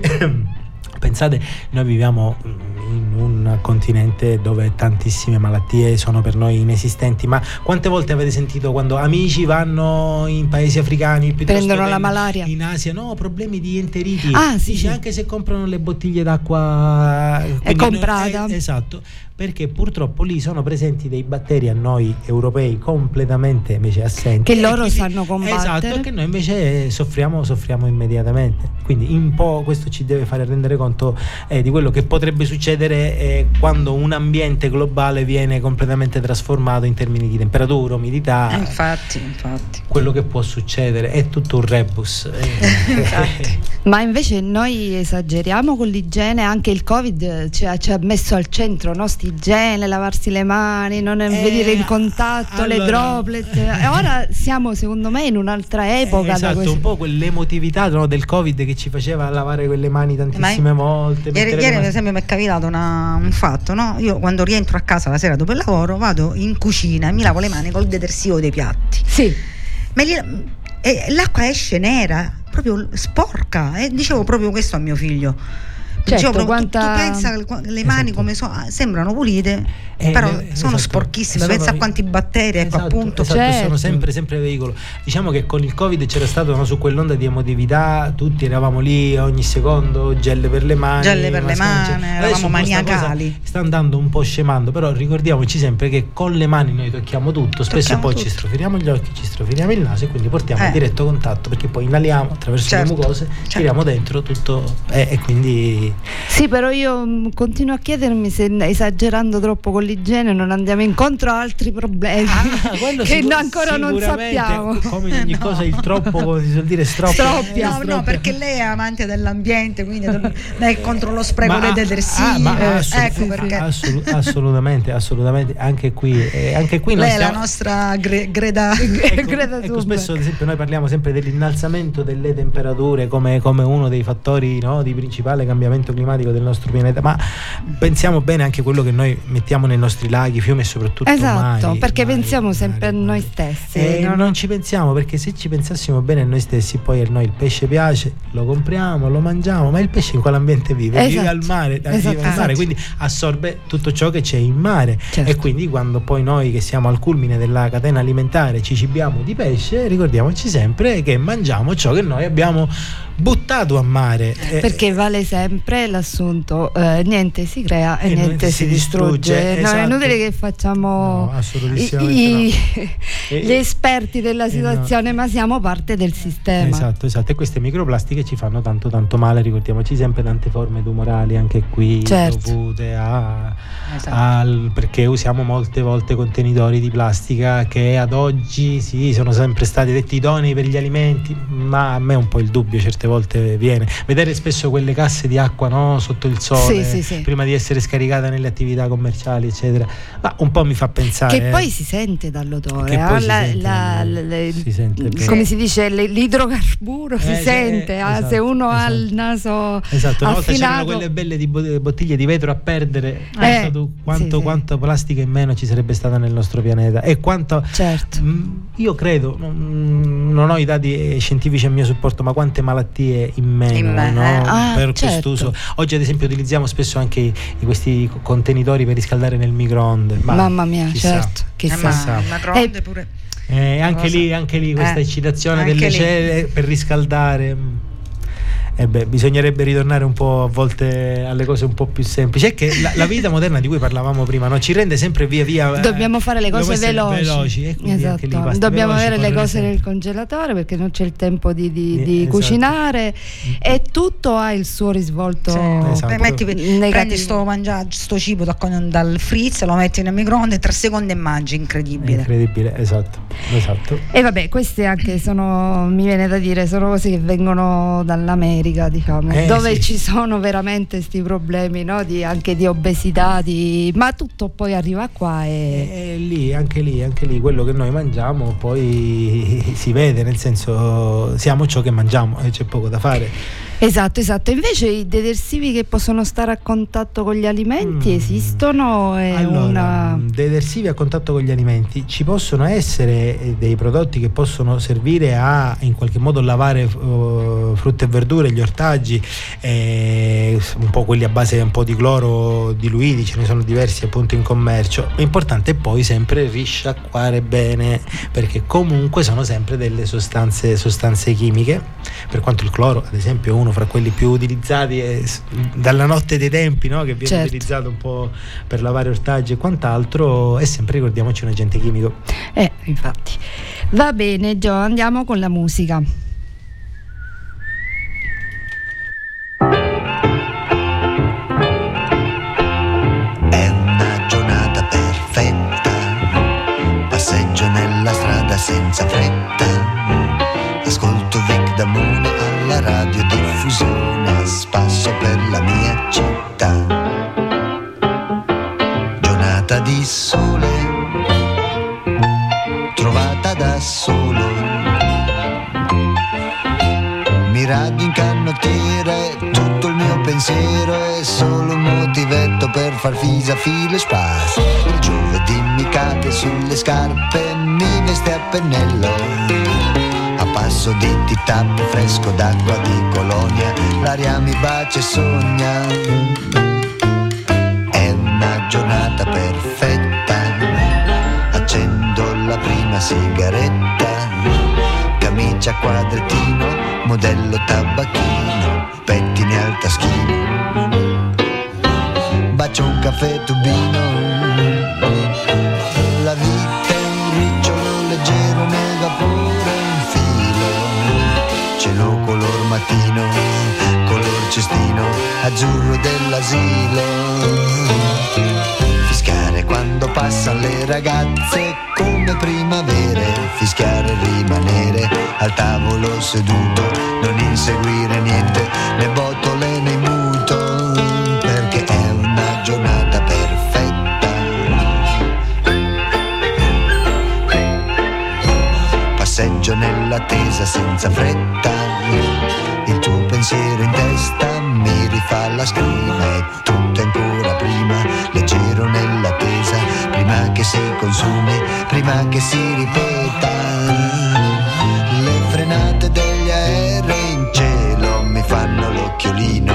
Pensate, noi viviamo in un continente dove tantissime malattie sono per noi inesistenti, ma quante volte avete sentito quando amici vanno in paesi africani, prendono la malaria, in Asia, no, problemi di enteriti, ah, sì, dice, sì. anche se comprano le bottiglie d'acqua è comprata, noi, eh, esatto, perché purtroppo lì sono presenti dei batteri a noi europei completamente invece assenti, che loro quindi, sanno combattere, esatto, che noi invece soffriamo soffriamo immediatamente. Quindi un po' questo ci deve fare rendere conto eh, di quello che potrebbe succedere eh, quando un ambiente globale viene completamente trasformato in termini di temperatura, umidità. Infatti, infatti. Quello che può succedere è tutto un rebus. Ma invece noi esageriamo con l'igiene, anche il Covid ci ha, ci ha messo al centro, no? Sti igiene, lavarsi le mani, non eh, venire in contatto, allora, le droplet. E ora siamo secondo me in un'altra epoca. Eh, esatto, da questo... un po' quell'emotività, no, del Covid che ci faceva lavare quelle mani tantissime Ma volte. Ieri, ieri per esempio mi è capitato una, un fatto, no? Io quando rientro a casa la sera dopo il lavoro vado in cucina e mi lavo le mani col detersivo dei piatti. Sì. Ma li, e l'acqua esce nera, proprio sporca, e dicevo proprio questo a mio figlio. Certo, proprio, quanta... tu, tu pensa le mani esatto. come so, sembrano pulite, eh, però eh, sono esatto. sporchissime, sono... pensa a quanti batteri, ecco, esatto, appunto. Esatto, certo. sono sempre sempre veicolo. Diciamo che con il Covid c'era stato, no, su quell'onda di emotività, tutti eravamo lì ogni secondo, gel per le mani, gel per le mani, eravamo maniacali. Sta andando un po' scemando, però ricordiamoci sempre che con le mani noi tocchiamo tutto, spesso tocchiamo poi tutto. Ci strofiniamo gli occhi, ci strofiniamo il naso e quindi portiamo eh. in diretto contatto, perché poi inaliamo attraverso certo, le mucose, certo. tiriamo dentro tutto eh, e quindi quindi Sì, però io mh, continuo a chiedermi se esagerando troppo con l'igiene non andiamo incontro a altri problemi Ah, quello che sicur- no- ancora non sicuramente, sappiamo. come in ogni cosa il troppo, come si suol dire, stroppia. Stroppia. No, no, Stroppia. perché lei è amante dell'ambiente, quindi non è contro lo spreco Ma- dei detersivi. ah, ma eh, assolut- ecco perché assolut- assolutamente, assolutamente, anche qui, eh, anche qui non lei è la stiamo- nostra gre- greda. Ecco, Greta ecco, Thunberg. spesso ad esempio noi parliamo sempre dell'innalzamento delle temperature come, come uno dei fattori, no, di principale cambiamento climatico del nostro pianeta, ma pensiamo bene anche a quello che noi mettiamo nei nostri laghi, fiumi e soprattutto Esatto, mari, perché mari, pensiamo mari, sempre a mari. noi stessi. E no? non ci pensiamo, perché se ci pensassimo bene a noi stessi, poi a noi il pesce piace, lo compriamo, lo mangiamo, ma il pesce in quale ambiente vive? Vive Esatto. al mare, vive Esatto, al mare, esatto. quindi assorbe tutto ciò che c'è in mare. Certo. E quindi quando poi noi che siamo al culmine della catena alimentare ci cibiamo di pesce, ricordiamoci sempre che mangiamo ciò che noi abbiamo buttato a mare. Eh, Perché vale sempre l'assunto eh, niente si crea e, E niente niente si si distrugge. distrugge, No, è esatto. inutile che facciamo No, i- assolutissimamente i- no. gli esperti della Eh, situazione, ma siamo parte del sistema. Esatto, esatto, e queste microplastiche ci fanno tanto tanto male, ricordiamoci sempre tante forme tumorali anche qui, Certo. dovute a, Esatto. al, perché usiamo molte volte contenitori di plastica che ad oggi sì sono sempre stati detti idonei per gli alimenti, ma a me un po' il dubbio certe volte viene vedere spesso quelle casse di acqua, no, sotto il sole, Sì, sì, sì. prima di essere scaricata nelle attività commerciali eccetera, ma un po' mi fa pensare Che eh. poi si sente dall'odore, Che poi ah, si la- sente la- dall'odore. le- Si sente bene. come si dice, le- l'idrocarburo si Eh, sì, sente, eh, ah, se esatto, uno ha il esatto. naso Esatto, una volta c'erano affinato. quelle belle di bo- bottiglie di vetro a perdere, Eh, pensa tu quanto, sì, sì. quanto plastica in meno ci sarebbe stata nel nostro pianeta e quanto Certo. mh, io credo, non, non ho i dati scientifici a mio supporto, ma quante malattie in meno, In me- no? eh, ah, per certo. quest'uso. Oggi ad esempio utilizziamo spesso anche i, i- questi contenitori per riscaldare nel microonde. Ma Mamma mia, chissà. certo, Eh, chissà. ma Chissà. il microonde Eh, pure. Eh, anche, Cosa? lì, anche lì questa Eh, eccitazione anche delle lì. celle per riscaldare. E beh, bisognerebbe ritornare un po' a volte alle cose un po' più semplici. È che la, la vita moderna di cui parlavamo prima, no? Ci rende sempre via via. eh, Dobbiamo fare le cose dobbiamo essere veloci, e quindi anche lì i esatto. pasti Dobbiamo veloci, avere le correre cose sempre. nel congelatore perché non c'è il tempo di, di- Eh, di esatto. cucinare e tutto ha il suo risvolto Sì. Esatto. Poi metti, prendi negativo. sto, mangia, sto cibo da- dal frizz, lo metti nel microonde, tre secondi e mangi, È incredibile. incredibile, esatto, esatto. E vabbè, queste anche sono, mi viene da dire, sono cose che vengono dall'America, diciamo, Eh, dove sì. ci sono veramente questi problemi, no? Di, anche di obesità, di, ma tutto poi arriva qua e... E lì, anche lì, anche lì, quello che noi mangiamo poi si vede, nel senso siamo ciò che mangiamo e c'è poco da fare. Esatto, esatto. Invece i detersivi che possono stare a contatto con gli alimenti Mm. esistono? È Allora, una... detersivi a contatto con gli alimenti, ci possono essere eh, dei prodotti che possono servire a in qualche modo lavare uh, frutta e verdure, gli ortaggi, eh, un po' quelli a base un po' di cloro diluiti, ce ne sono diversi appunto in commercio. L'importante è poi sempre risciacquare bene, perché comunque sono sempre delle sostanze, sostanze chimiche, per quanto il cloro ad esempio è uno fra quelli più utilizzati è s- dalla notte dei tempi, no? Che viene Certo. utilizzato un po' per lavare ortaggi e quant'altro, è sempre, ricordiamoci, un agente chimico. Eh, infatti. Va bene, Gio, andiamo con la musica. È una giornata perfetta, passeggio nella strada senza fretta, ascolto Vic Damone alla radiodiffusione, a spasso per la mia città. Giornata di sole, trovata da solo, mi radio in canottiere, tutto il mio pensiero è solo un motivetto per far fisa, filo e spas. Il giovedì mi cade sulle scarpe, mi veste a pennello, a passo di tip-tap fresco d'acqua di colonia, l'aria mi bacia e sogna. È una giornata perfetta, accendo la prima sigaretta, camicia a quadrettino, modello tabacchino, pettine al taschino, bacio un caffè tubino, la vita è un ricciolo leggero nel vapore, un filo, cielo color mattino, color cestino, azzurro dell'asilo. Fischiare quando passano le ragazze come primavere, fischiare e rimanere al tavolo seduto, non inseguire niente né botole né muto, perché è una giornata perfetta. Passeggio nell'attesa senza fretta, il tuo pensiero in testa mi rifà la scrima, e tutto è ancora prima, leggero nell'attesa, prima che si consumi, prima che si ripeta. Le frenate degli aerei in cielo mi fanno l'occhiolino,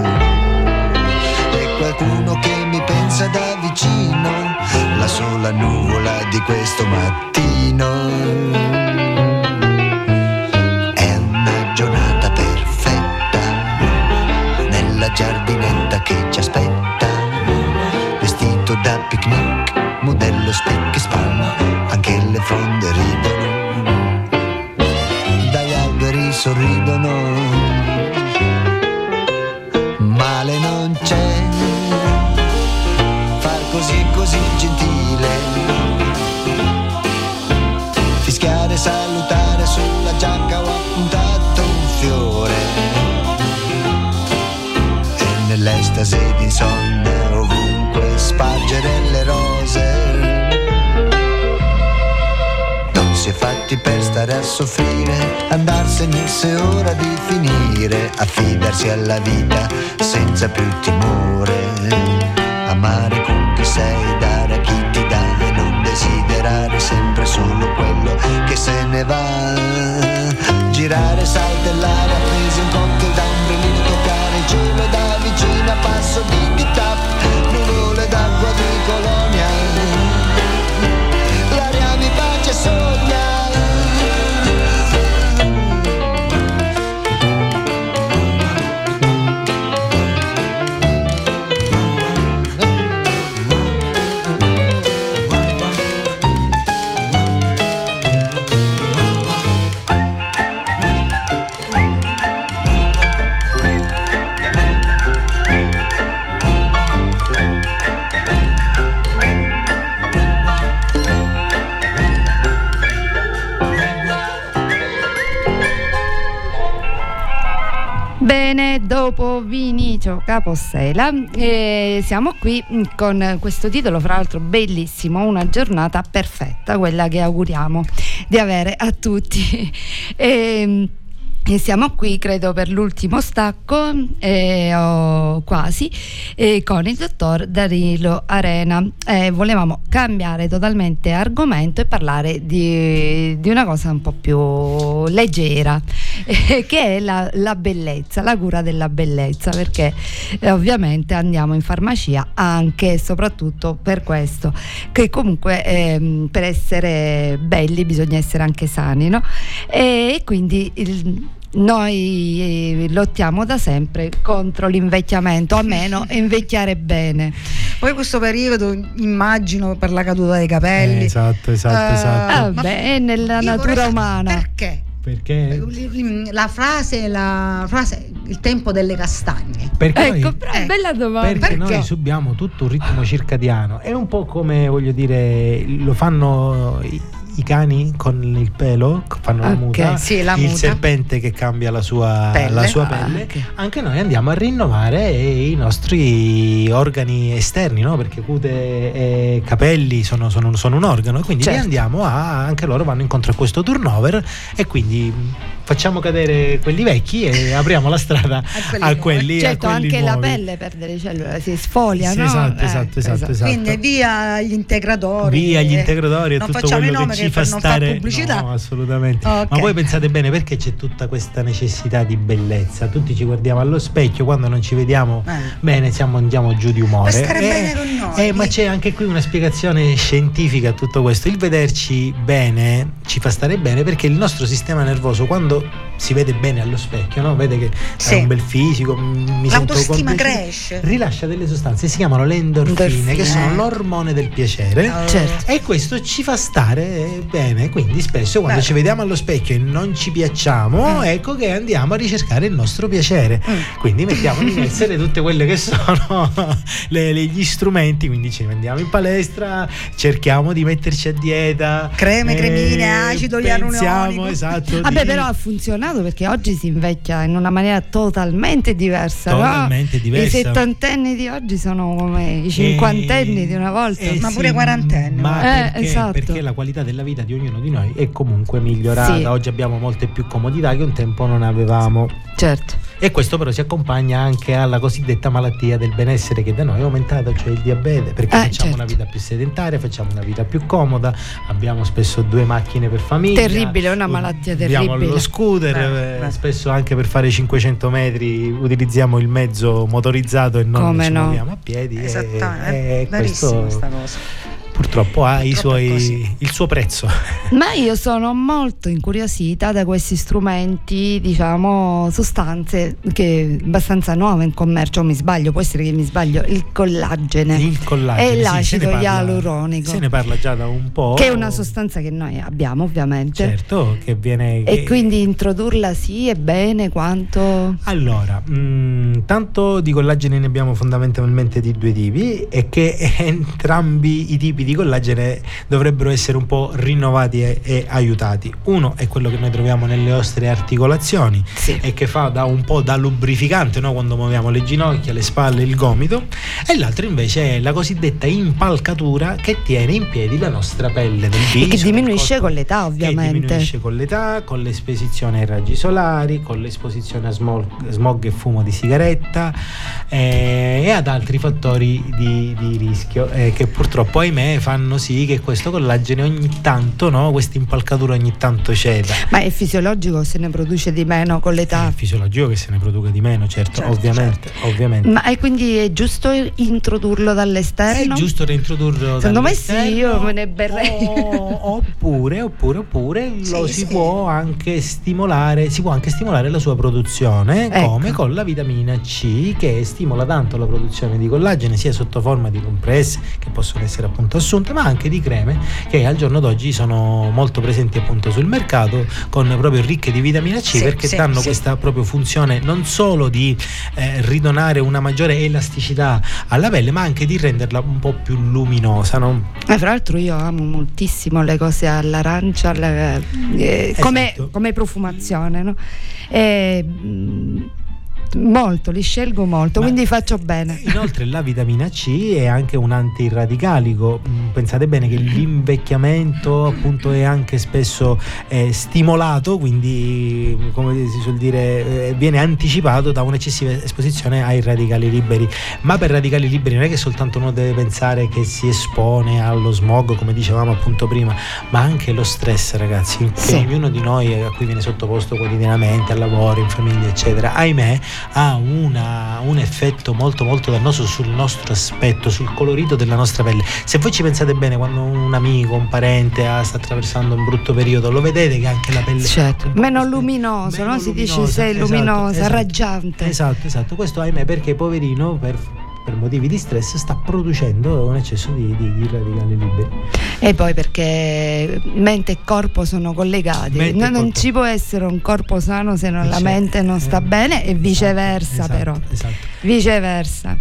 e qualcuno che mi pensa da vicino, la sola nuvola di questo mattino. Giardinetta che ci aspetta, vestito da picnic, modello spick e span, anche le fronde ridono, dagli alberi sorridono, male non c'è, far così così gentile, fischiare, salutare, sulla giacca ho appuntato un fiore, nell'estasi d'insonnia ovunque spargere le rose. Non si è fatti per stare a soffrire, andarsene se è ora di finire, affidarsi alla vita senza più timore, amare con chi sei, dare a chi ti dà e non desiderare sempre solo quello che se ne va, girare, saltellare appesi un cocktail da ombrellino, toccare il cielo da vicino a passo di tap, nuvole d'acqua di colonia, l'aria mi bacia e sogna. Bene, dopo Vinicio Capossela eh, siamo qui con questo titolo, fra l'altro bellissimo, una giornata perfetta, quella che auguriamo di avere a tutti. E, E siamo qui, credo, per l'ultimo stacco, eh, o quasi, eh, con il dottor Danilo Arena. Eh, volevamo cambiare totalmente argomento e parlare di, di una cosa un po' più leggera, eh, che è la, la bellezza, la cura della bellezza, perché eh, ovviamente andiamo in farmacia anche e soprattutto per questo, che comunque eh, per essere belli bisogna essere anche sani, no? E quindi il noi lottiamo da sempre contro l'invecchiamento, a meno invecchiare bene. Poi questo periodo, immagino, per la caduta dei capelli. Eh, esatto, esatto, uh, esatto. Ah, beh, è nella natura umana. Perché? Perché? La frase, la frase, il tempo delle castagne. Perché ecco, noi, però è bella domanda. Perché, perché noi subiamo tutto un ritmo circadiano. È un po' come, voglio dire, lo fanno i, i cani con il pelo, fanno Okay, la muta, sì, la il muta. serpente che cambia la sua Pelle. la sua Ah, pelle. okay. Anche noi andiamo a rinnovare i nostri organi esterni, no? Perché cute e capelli sono, sono, sono un organo, quindi Certo. li andiamo a, anche loro vanno incontro a questo turnover, e quindi facciamo cadere quelli vecchi e apriamo la strada quelli a nuovi. quelli, Certo, a quelli anche la nuovi. pelle perde le cellule, si sfoglia, Sì, no? esatto, Eh, esatto, esatto, esatto. Quindi via gli integratori. Via gli integratori e non tutto facciamo quello i nomi che ci che fa per non stare far pubblicità. No, assolutamente. Ok. Ma voi pensate bene, perché c'è tutta questa necessità di bellezza? Tutti ci guardiamo allo specchio, quando non ci vediamo Eh. bene siamo, andiamo giù di umore. Per stare Eh, bene con noi. eh, ma c'è anche qui una spiegazione scientifica a tutto questo. Il vederci bene ci fa stare bene, perché il nostro sistema nervoso, quando quando si vede bene allo specchio, no? Vede che Sì. ha un bel fisico, m- mi sento L'autostima con- cresce. rilascia delle sostanze, si chiamano le endorfine, Endorfine. che sono l'ormone del piacere. Certo. E questo ci fa stare bene, quindi spesso quando Beh. ci vediamo allo specchio e non ci piacciamo, ecco che andiamo a ricercare il nostro piacere. Quindi mettiamo in essere tutte quelle che sono le- le- gli strumenti, quindi ci andiamo in palestra, cerchiamo di metterci a dieta, Creme, cremine, acido ialuronico. pensiamo, esatto, Vabbè, di- però ha funzionato perché oggi si invecchia in una maniera totalmente diversa. no? Totalmente diversa. I settantenni di oggi sono come i cinquantenni di una volta. Eh Ma sì, pure quarantenni. ma Eh, perché, esatto. perché la qualità della vita di ognuno di noi è comunque migliorata. Sì. Oggi abbiamo molte più comodità che un tempo non avevamo. Certo. E questo però si accompagna anche alla cosiddetta malattia del benessere che da noi è aumentata, cioè il diabete, perché Eh, facciamo certo. una vita più sedentaria, facciamo una vita più comoda, abbiamo spesso due macchine per famiglia. Terribile, è una malattia Abbiamo terribile. lo scooter, Beh, eh, beh. spesso anche per fare cinquecento metri utilizziamo il mezzo motorizzato e non Come ci no? muoviamo a piedi. e- Esattamente, e è verissimo questo questa cosa. purtroppo ha i Purtroppo è suoi, così. il suo prezzo. Ma io sono molto incuriosita da questi strumenti, diciamo, sostanze che abbastanza nuove in commercio, mi sbaglio, può essere che mi sbaglio, il collagene Il collagene, e sì, l'acido se ne parla- ialuronico, Se ne parla già da un po'. che è una sostanza che noi abbiamo ovviamente. Certo, che viene. E che- quindi introdurla sì è bene quanto... Allora, mh, tanto di collagene ne abbiamo fondamentalmente di due tipi, e che entrambi i tipi di collagene dovrebbero essere un po' rinnovati e, e aiutati. Uno è quello che noi troviamo nelle nostre articolazioni Sì. e che fa da un po' da lubrificante, no? Quando muoviamo le ginocchia, le spalle, il gomito, e l'altro invece è la cosiddetta impalcatura che tiene in piedi la nostra pelle del viso, E che del diminuisce corpo, con l'età, che ovviamente. diminuisce con l'età, con l'esposizione ai raggi solari, con l'esposizione a smog, smog e fumo di sigaretta, eh, e ad altri fattori di, di rischio, eh, che purtroppo ahimè fanno sì che questo collagene ogni tanto, no, questa impalcatura ogni tanto ceda. Ma è fisiologico, se ne produce di meno con l'età. È fisiologico che se ne produca di meno, certo, Certo, ovviamente, ovviamente. Ma e quindi è giusto introdurlo È dall'esterno? giusto reintrodurlo Secondo me dall'esterno, sì, io me ne berrei. o- oppure, oppure, oppure lo Sì, si sì. può anche stimolare, si può anche stimolare la sua produzione, Ecco. come con la vitamina C, che stimola tanto la produzione di collagene, sia sotto forma di compresse che possono essere appunto assunte, ma anche di creme che al giorno d'oggi sono molto presenti appunto sul mercato, con proprio ricche di vitamina C, Sì, perché sì, danno sì. questa proprio funzione non solo di eh, ridonare una maggiore elasticità alla pelle, ma anche di renderla un po' più luminosa, no? Eh, fra l'altro io amo moltissimo le cose all'arancia, alla- eh, come, Esatto. come profumazione, no? E, mm, molto, li scelgo molto, Ma- quindi faccio bene. Inoltre la vitamina C è anche un antiradicalico. Mm, Pensate bene che l'invecchiamento appunto è anche spesso eh, stimolato, quindi come si suol dire, eh, viene anticipato da un'eccessiva esposizione ai radicali liberi. Ma per radicali liberi non è che soltanto uno deve pensare che si espone allo smog, come dicevamo appunto prima, ma anche lo stress, ragazzi, che Sì. ognuno di noi a cui viene sottoposto quotidianamente, al lavoro, in famiglia, eccetera, ahimè ha una, un effetto molto molto dannoso sul nostro aspetto, sul colorito della nostra pelle. Se voi ci pensate bene, quando un amico, un parente ah, sta attraversando un brutto periodo, lo vedete che anche la pelle Certo, un po' meno queste- luminoso, meno no? Si dice luminosa, sei esatto, luminosa, esatto. raggiante. Esatto, esatto. Questo ahimè perché poverino per, per motivi di stress sta producendo un eccesso di, di, di radicali liberi. E poi perché mente e corpo sono collegati. Mente e No, non corpo. ci può essere un corpo sano se non la C'è- mente non sta eh, bene, e esatto, viceversa, esatto, però. esatto. Viceversa.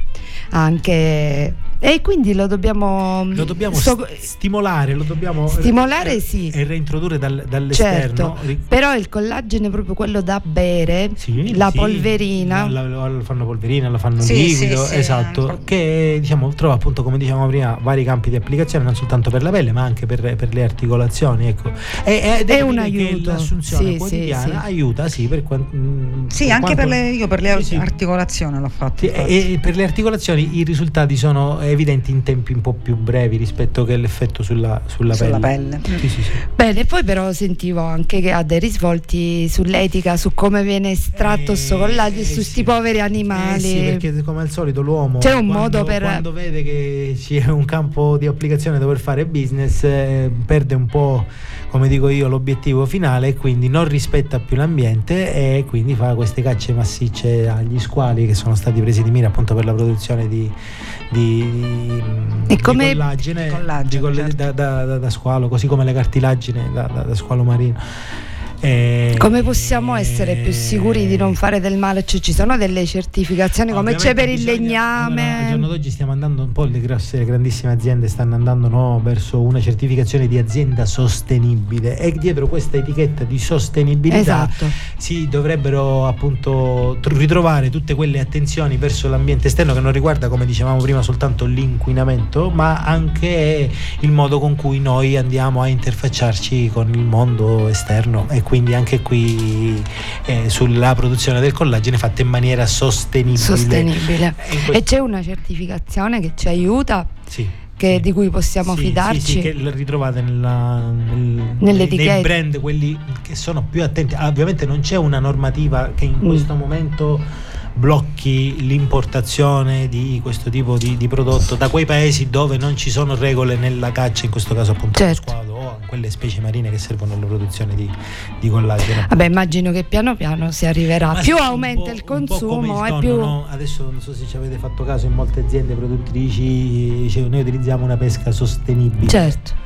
Anche. E quindi lo dobbiamo. Lo dobbiamo so- st- stimolare, lo dobbiamo Stimolare, eh, sì. e reintrodurre dal- dall'esterno. Certo, Ri- però il collagene è proprio quello da bere, Sì, la sì, polverina. la, la- la fanno polverina, la fanno Sì, liquido, sì, sì, esatto, anche. che diciamo trova appunto, come dicevamo prima, vari campi di applicazione, non soltanto per la pelle ma anche per, per le articolazioni, ecco. E, ed È devo un dire che aiuto, l'assunzione sì, quotidiana sì, sì. aiuta, sì, per quan- mm, Sì, per anche quanto- per le, io per le Sì, sì. articolazioni l'ho fatto. Sì, e, e per le articolazioni i risultati sono evidenti in tempi un po' più brevi rispetto che l'effetto sulla, sulla, Sulla pelle. pelle. Sì, sì, sì. Bene, poi però sentivo anche che ha dei risvolti sull'etica, su come viene estratto Eh, sto collagene, eh, su sì. sti poveri animali. Eh sì, perché come al solito l'uomo C'è un quando, modo per- quando vede che c'è un campo di applicazione dove fare business, eh, perde un po', come dico io, l'obiettivo finale e quindi non rispetta più l'ambiente e quindi fa queste cacce massicce agli squali che sono stati presi di mira appunto per la produzione di, di, E di come- collagene, di collagene, di coll- certo. da, da- da- da squalo, così come le cartilagini da, da- da squalo marino. Eh, Come possiamo essere più sicuri di non fare del male? Cioè, ci sono delle certificazioni come c'è per il Ovviamente bisogna- legname. allora, al giorno d'oggi stiamo andando un po', le grosse, le grandissime aziende stanno andando no, verso una certificazione di azienda sostenibile e dietro questa etichetta di sostenibilità Esatto. si dovrebbero appunto tr- ritrovare tutte quelle attenzioni verso l'ambiente esterno che non riguarda, come dicevamo prima, soltanto l'inquinamento, ma anche il modo con cui noi andiamo a interfacciarci con il mondo esterno e quindi anche qui eh, sulla produzione del collagene fatta in maniera sostenibile. Sostenibile. E in questo- E c'è una certificazione che ci aiuta, sì, che- sì. di cui possiamo Sì, fidarci? sì, sì, che le ritrovate nella, nel, Nell'etichetta. nei brand, quelli che sono più attenti. Ah, ovviamente non c'è una normativa che in Mm. questo momento blocchi l'importazione di questo tipo di, di prodotto da quei paesi dove non ci sono regole nella caccia, in questo caso appunto Certo. lo squalo o quelle specie marine che servono alla produzione di, di collagene. Vabbè, immagino che piano piano si arriverà. Ma Più sì, un aumenta po'- il un po' come consumo il e tonno, più. no? Adesso non so se ci avete fatto caso, in molte aziende produttrici cioè, noi utilizziamo una pesca sostenibile. Certo.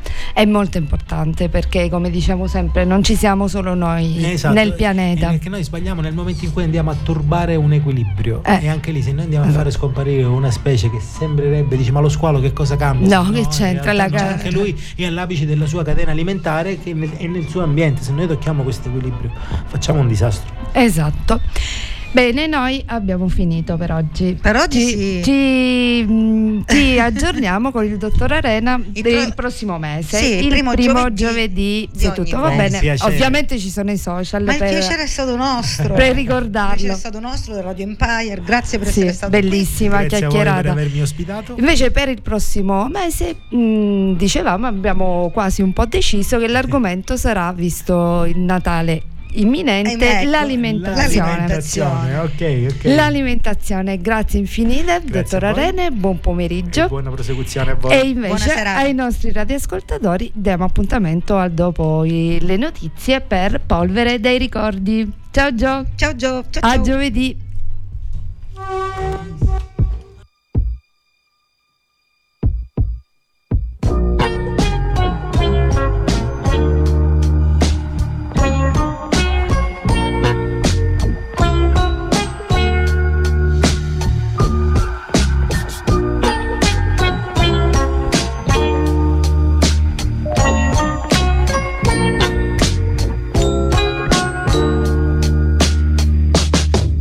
È molto importante perché, come diciamo sempre, non ci siamo solo noi Esatto, nel pianeta. e perché noi sbagliamo nel momento in cui andiamo a turbare un equilibrio Eh. e anche lì se noi andiamo a fare scomparire una specie che sembrerebbe, dici ma lo squalo che cosa cambia? No, che c'entra in la realtà no, ca- anche lui è all'apice della sua catena alimentare che nel- è nel suo ambiente. Se noi tocchiamo questo equilibrio facciamo un disastro. Esatto. Bene, noi abbiamo finito per oggi. Per oggi ci, sì. ci, mh, ci aggiorniamo con il dottor Arena Il del pro- prossimo mese, Sì, il il primo primo, giovedì giovedì di sì, ogni tutto va mese. bene. Piacere. Ovviamente ci sono i social Ma il per, piacere è stato nostro. per Il ricordarlo. piacere è stato nostro del Radio Empire. Grazie per Sì, essere stato bellissima Grazie a voi per chiacchierata. avermi ospitato. Invece per il prossimo mese mh, dicevamo, abbiamo quasi un po' deciso che l'argomento sarà, visto il Natale imminente, Eh, ecco, l'alimentazione. L'alimentazione, ok, ok. L'alimentazione, grazie infinite, dottor a voi. Arene, buon pomeriggio. E buona prosecuzione a voi. E invece Buona serata. ai nostri radioascoltatori diamo appuntamento al dopo i- le notizie per Polvere dei Ricordi. Ciao Gio, Ciao Gio. Ciao, a ciao. giovedì.